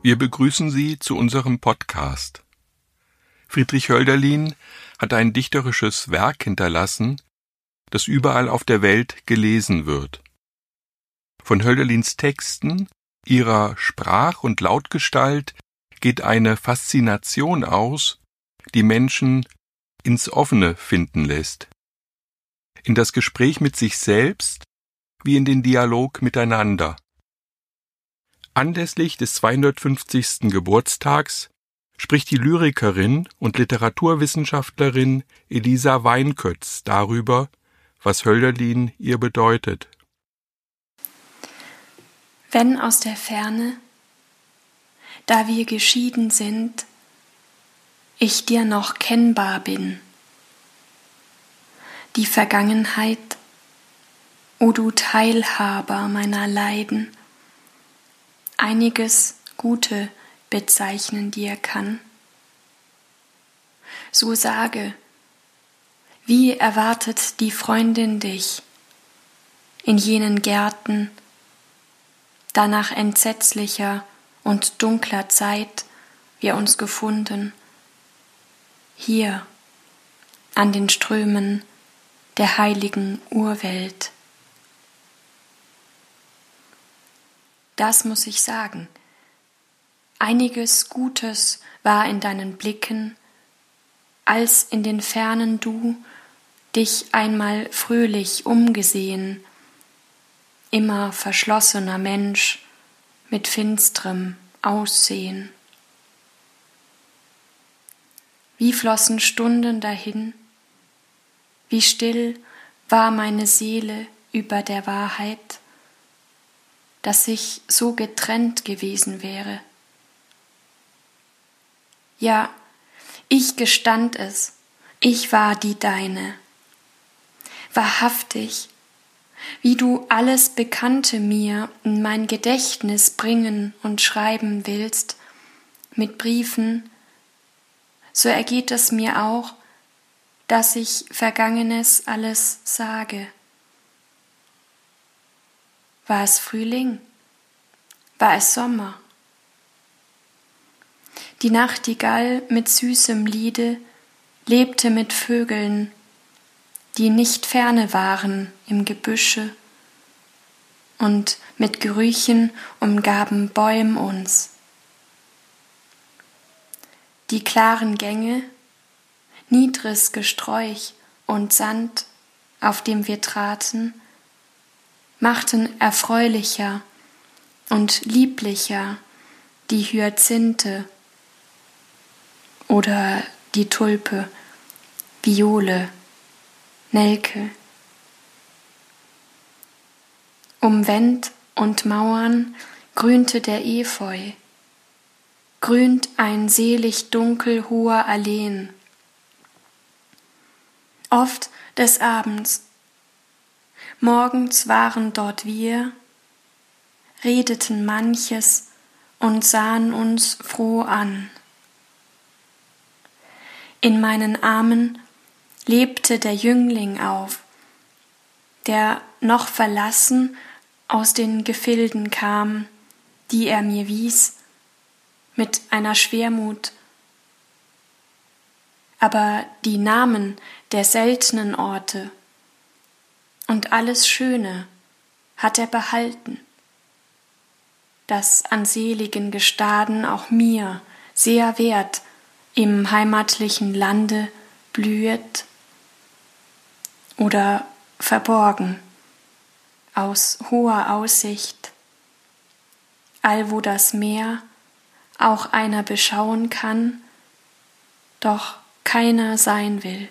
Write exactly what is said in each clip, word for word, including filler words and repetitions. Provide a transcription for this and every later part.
Wir begrüßen Sie zu unserem Podcast. Friedrich Hölderlin hat ein dichterisches Werk hinterlassen, das überall auf der Welt gelesen wird. Von Hölderlins Texten, ihrer Sprach- und Lautgestalt geht eine Faszination aus, die Menschen ins Offene finden lässt, in das Gespräch mit sich selbst wie in den Dialog miteinander. Anlässlich des zweihundertfünfzigsten Geburtstags spricht die Lyrikerin und Literaturwissenschaftlerin Elisa Weinkötz darüber, was Hölderlin ihr bedeutet. Wenn aus der Ferne, da wir geschieden sind, ich dir noch kennbar bin, die Vergangenheit, o du Teilhaber meiner Leiden, einiges Gute bezeichnen dir kann. So sage, wie erwartet die Freundin dich in jenen Gärten, da nach entsetzlicher und dunkler Zeit wir uns gefunden, hier an den Strömen der heiligen Urwelt. Das muss ich sagen. Einiges Gutes war in deinen Blicken, als in den Fernen du dich einmal fröhlich umgesehen, immer verschlossener Mensch mit finstrem Aussehen. Wie flossen Stunden dahin, wie still war meine Seele über der Wahrheit, dass ich so getrennt gewesen wäre. Ja, ich gestand es, ich war die Deine. Wahrhaftig, wie du alles Bekannte mir in mein Gedächtnis bringen und schreiben willst, mit Briefen, so ergeht es mir auch, dass ich Vergangenes alles sage. War es Frühling? War es Sommer? Die Nachtigall mit süßem Liede lebte mit Vögeln, die nicht ferne waren im Gebüsche, und mit Gerüchen umgaben Bäum uns. Die klaren Gänge, niedres Gesträuch und Sand, auf dem wir traten, machten erfreulicher und lieblicher die Hyazinthe oder die Tulpe, Viole, Nelke. Um Wänd und Mauern grünte der Efeu, grünt ein selig dunkel hoher Alleen. Oft des Abends, morgens waren dort wir, redeten manches und sahen uns froh an. In meinen Armen lebte der Jüngling auf, der noch verlassen aus den Gefilden kam, die er mir wies, mit einer Schwermut. Aber die Namen der seltenen Orte und alles Schöne hat er behalten, das an seligen Gestaden auch mir sehr wert im heimatlichen Lande blühet oder verborgen aus hoher Aussicht, allwo das Meer auch einer beschauen kann, doch keiner sein will.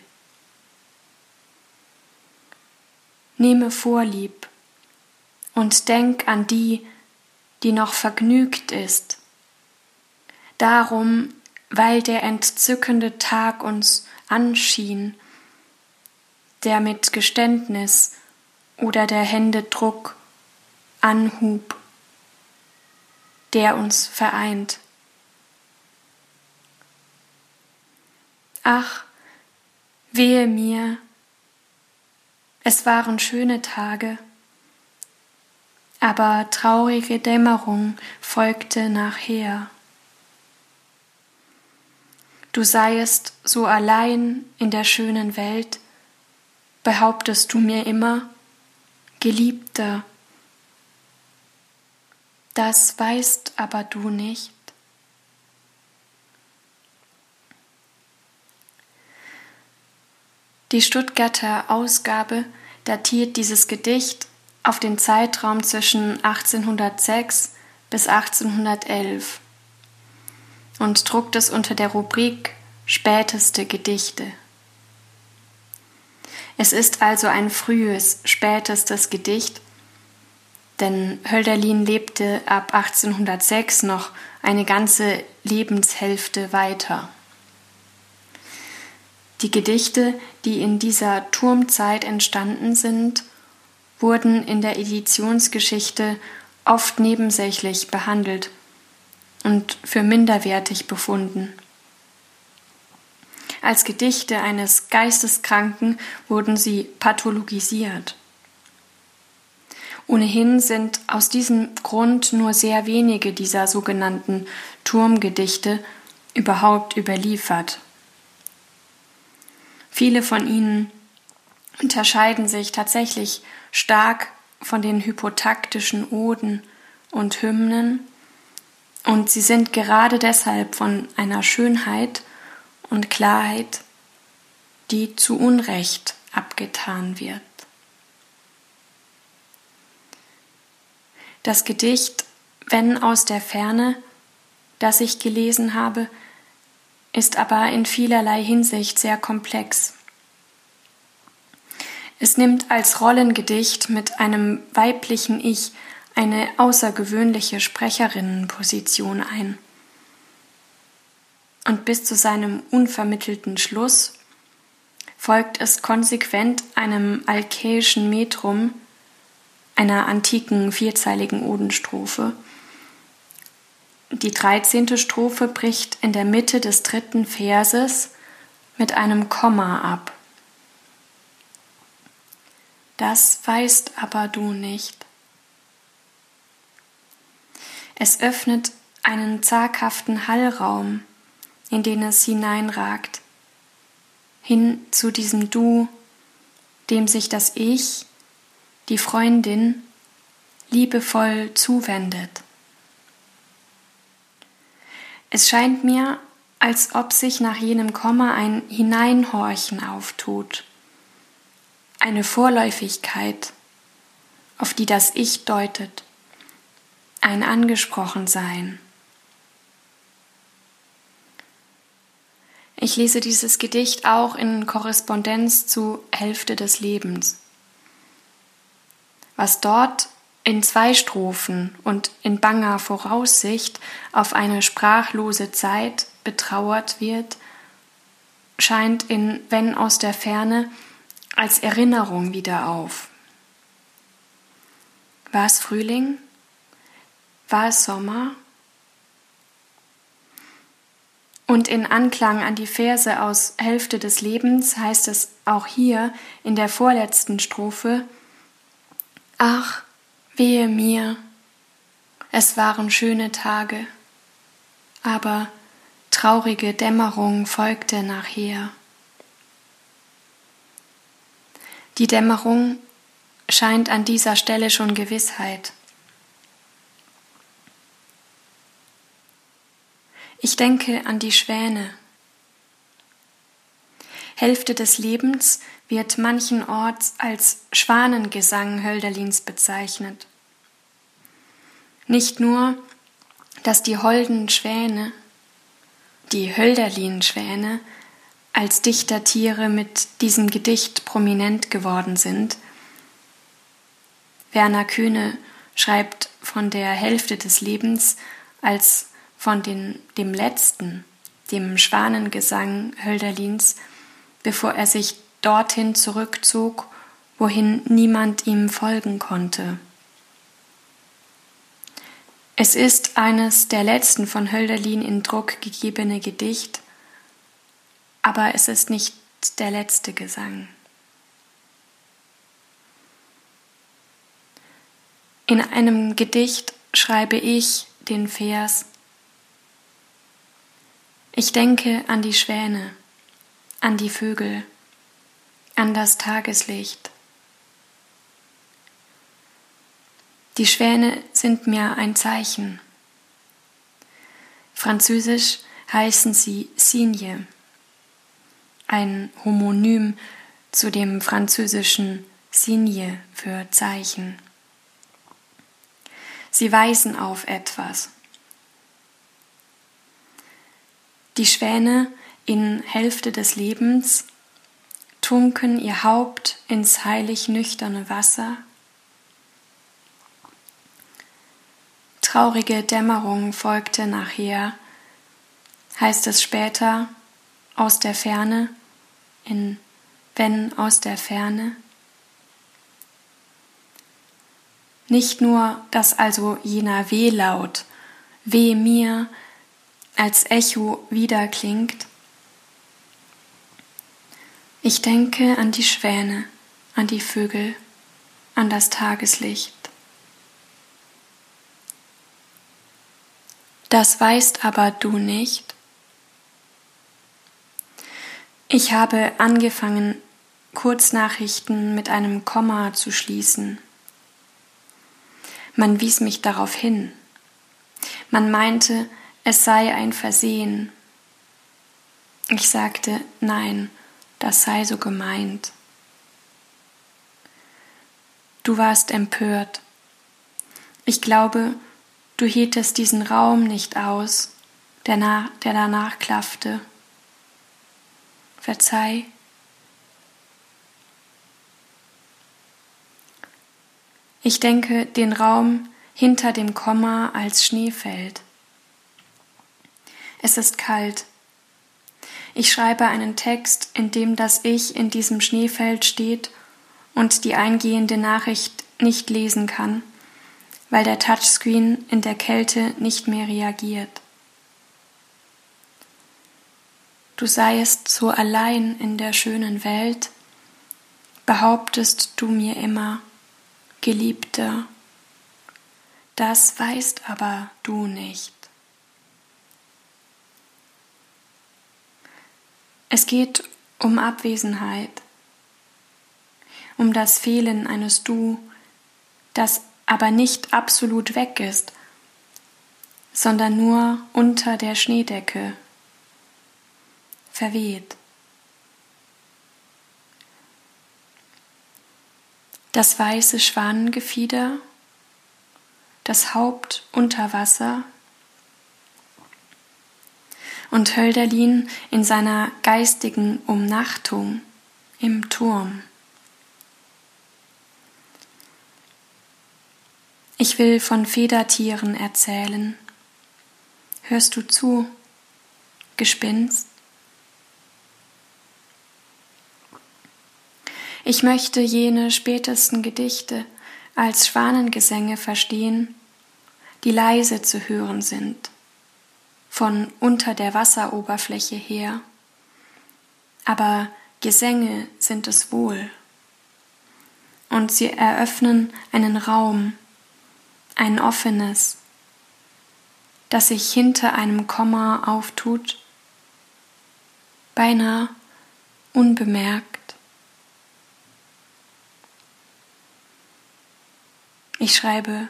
Nehme Vorlieb und denk an die, die noch vergnügt ist, darum, weil der entzückende Tag uns anschien, der mit Geständnis oder der Hände Druck anhub, der uns vereint. Ach, wehe mir, es waren schöne Tage, aber traurige Dämmerung folgte nachher. du seiest so allein in der schönen Welt, behauptest du mir immer, Geliebter, das weißt aber du nicht. Die Stuttgarter Ausgabe datiert dieses Gedicht auf den Zeitraum zwischen achtzehnhundertsechs bis achtzehnhundertelf und druckt es unter der Rubrik Späteste Gedichte. Es ist also ein frühes, spätestes Gedicht, denn Hölderlin lebte ab achtzehnhundertsechs noch eine ganze Lebenshälfte weiter. Die Gedichte, die in dieser Turmzeit entstanden sind, wurden in der Editionsgeschichte oft nebensächlich behandelt und für minderwertig befunden. Als Gedichte eines Geisteskranken wurden sie pathologisiert. Ohnehin sind aus diesem Grund nur sehr wenige dieser sogenannten Turmgedichte überhaupt überliefert. Viele von ihnen unterscheiden sich tatsächlich stark von den hypotaktischen Oden und Hymnen, und sie sind gerade deshalb von einer Schönheit und Klarheit, die zu Unrecht abgetan wird. Das Gedicht »Wenn aus der Ferne«, das ich gelesen habe, ist aber in vielerlei Hinsicht sehr komplex. Es nimmt als Rollengedicht mit einem weiblichen Ich eine außergewöhnliche Sprecherinnenposition ein. Und bis zu seinem unvermittelten Schluss folgt es konsequent einem alkäischen Metrum, einer antiken vierzeiligen Odenstrophe. Die dreizehnte Strophe bricht in der Mitte des dritten Verses mit einem Komma ab. Das weißt aber du nicht. Es öffnet einen zaghaften Hallraum, in den es hineinragt, hin zu diesem Du, dem sich das Ich, die Freundin, liebevoll zuwendet. Es scheint mir, als ob sich nach jenem Komma ein Hineinhorchen auftut, eine Vorläufigkeit, auf die das Ich deutet, ein Angesprochensein. Ich lese dieses Gedicht auch in Korrespondenz zu Hälfte des Lebens. Was dort in zwei Strophen und in banger Voraussicht auf eine sprachlose Zeit betrauert wird, scheint in Wenn aus der Ferne als Erinnerung wieder auf. War es Frühling? War es Sommer? Und in Anklang an die Verse aus Hälfte des Lebens heißt es auch hier in der vorletzten Strophe: Ach, wehe mir, es waren schöne Tage, aber traurige Dämmerung folgte nachher. Die Dämmerung scheint an dieser Stelle schon Gewissheit. Ich denke an die Schwäne. Hälfte des Lebens wird manchenorts als Schwanengesang Hölderlins bezeichnet. Nicht nur, dass die holden Schwäne, die Hölderlin-Schwäne, als Dichtertiere mit diesem Gedicht prominent geworden sind. Werner Kühne schreibt von der Hälfte des Lebens als von den, dem letzten, dem Schwanengesang Hölderlins, bevor er sich dorthin zurückzog, wohin niemand ihm folgen konnte. Es ist eines der letzten von Hölderlin in Druck gegebene Gedicht, aber es ist nicht der letzte Gesang. In einem Gedicht schreibe ich den Vers: Ich denke an die Schwäne, an die Vögel, an das Tageslicht. Die Schwäne sind mir ein Zeichen. Französisch heißen sie Signe, ein Homonym zu dem französischen Signe für Zeichen. Sie weisen auf etwas. Die Schwäne in Hälfte des Lebens tunken ihr Haupt ins heilig nüchterne Wasser. Traurige Dämmerung folgte nachher, heißt es später, aus der Ferne, in Wenn aus der Ferne. Nicht nur, dass also jener Wehlaut, weh mir, als Echo wiederklingt. Ich denke an die Schwäne, an die Vögel, an das Tageslicht. Das weißt aber du nicht. Ich habe angefangen, Kurznachrichten mit einem Komma zu schließen. Man wies mich darauf hin. Man meinte, es sei ein Versehen. Ich sagte, nein, das sei so gemeint. Du warst empört. Ich glaube, du hieltest diesen Raum nicht aus, der, nach, der danach klaffte. Verzeih. Ich denke den Raum hinter dem Komma als Schneefeld. Es ist kalt. Ich schreibe einen Text, in dem das Ich in diesem Schneefeld steht und die eingehende Nachricht nicht lesen kann, weil der Touchscreen in der Kälte nicht mehr reagiert. Du seiest so allein in der schönen Welt, behauptest du mir immer, Geliebter, das weißt aber du nicht. Es geht um Abwesenheit, um das Fehlen eines Du, das aber nicht absolut weg ist, sondern nur unter der Schneedecke verweht. Das weiße Schwanengefieder, das Haupt unter Wasser und Hölderlin in seiner geistigen Umnachtung im Turm. Ich will von Federtieren erzählen. Hörst du zu, Gespinst? Ich möchte jene spätesten Gedichte als Schwanengesänge verstehen, die leise zu hören sind, von unter der Wasseroberfläche her. Aber Gesänge sind es wohl. Und sie eröffnen einen Raum, ein offenes, das sich hinter einem Komma auftut, beinahe unbemerkt. Ich schreibe,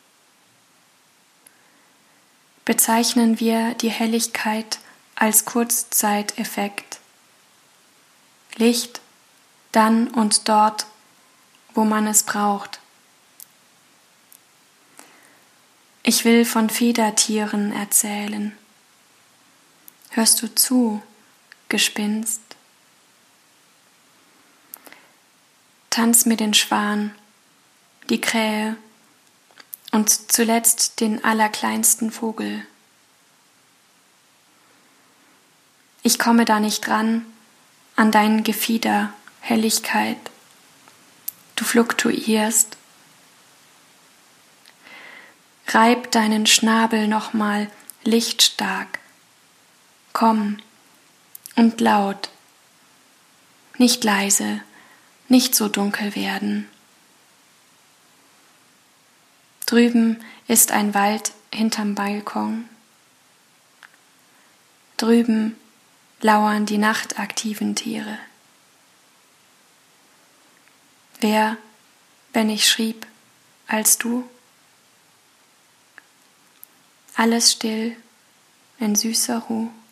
bezeichnen wir die Helligkeit als Kurzzeiteffekt. Licht dann und dort, wo man es braucht. Ich will von Federtieren erzählen. Hörst du zu, Gespinst? Tanz mir den Schwan, die Krähe und zuletzt den allerkleinsten Vogel. Ich komme da nicht ran, an dein Gefieder, Helligkeit. Du fluktuierst. Reib deinen Schnabel nochmal lichtstark. Komm und laut. Nicht leise, nicht so dunkel werden. Drüben ist ein Wald hinterm Balkon. drüben lauern die nachtaktiven Tiere. Wer, wenn ich schrieb, als du? Alles still in süßer Ruhe.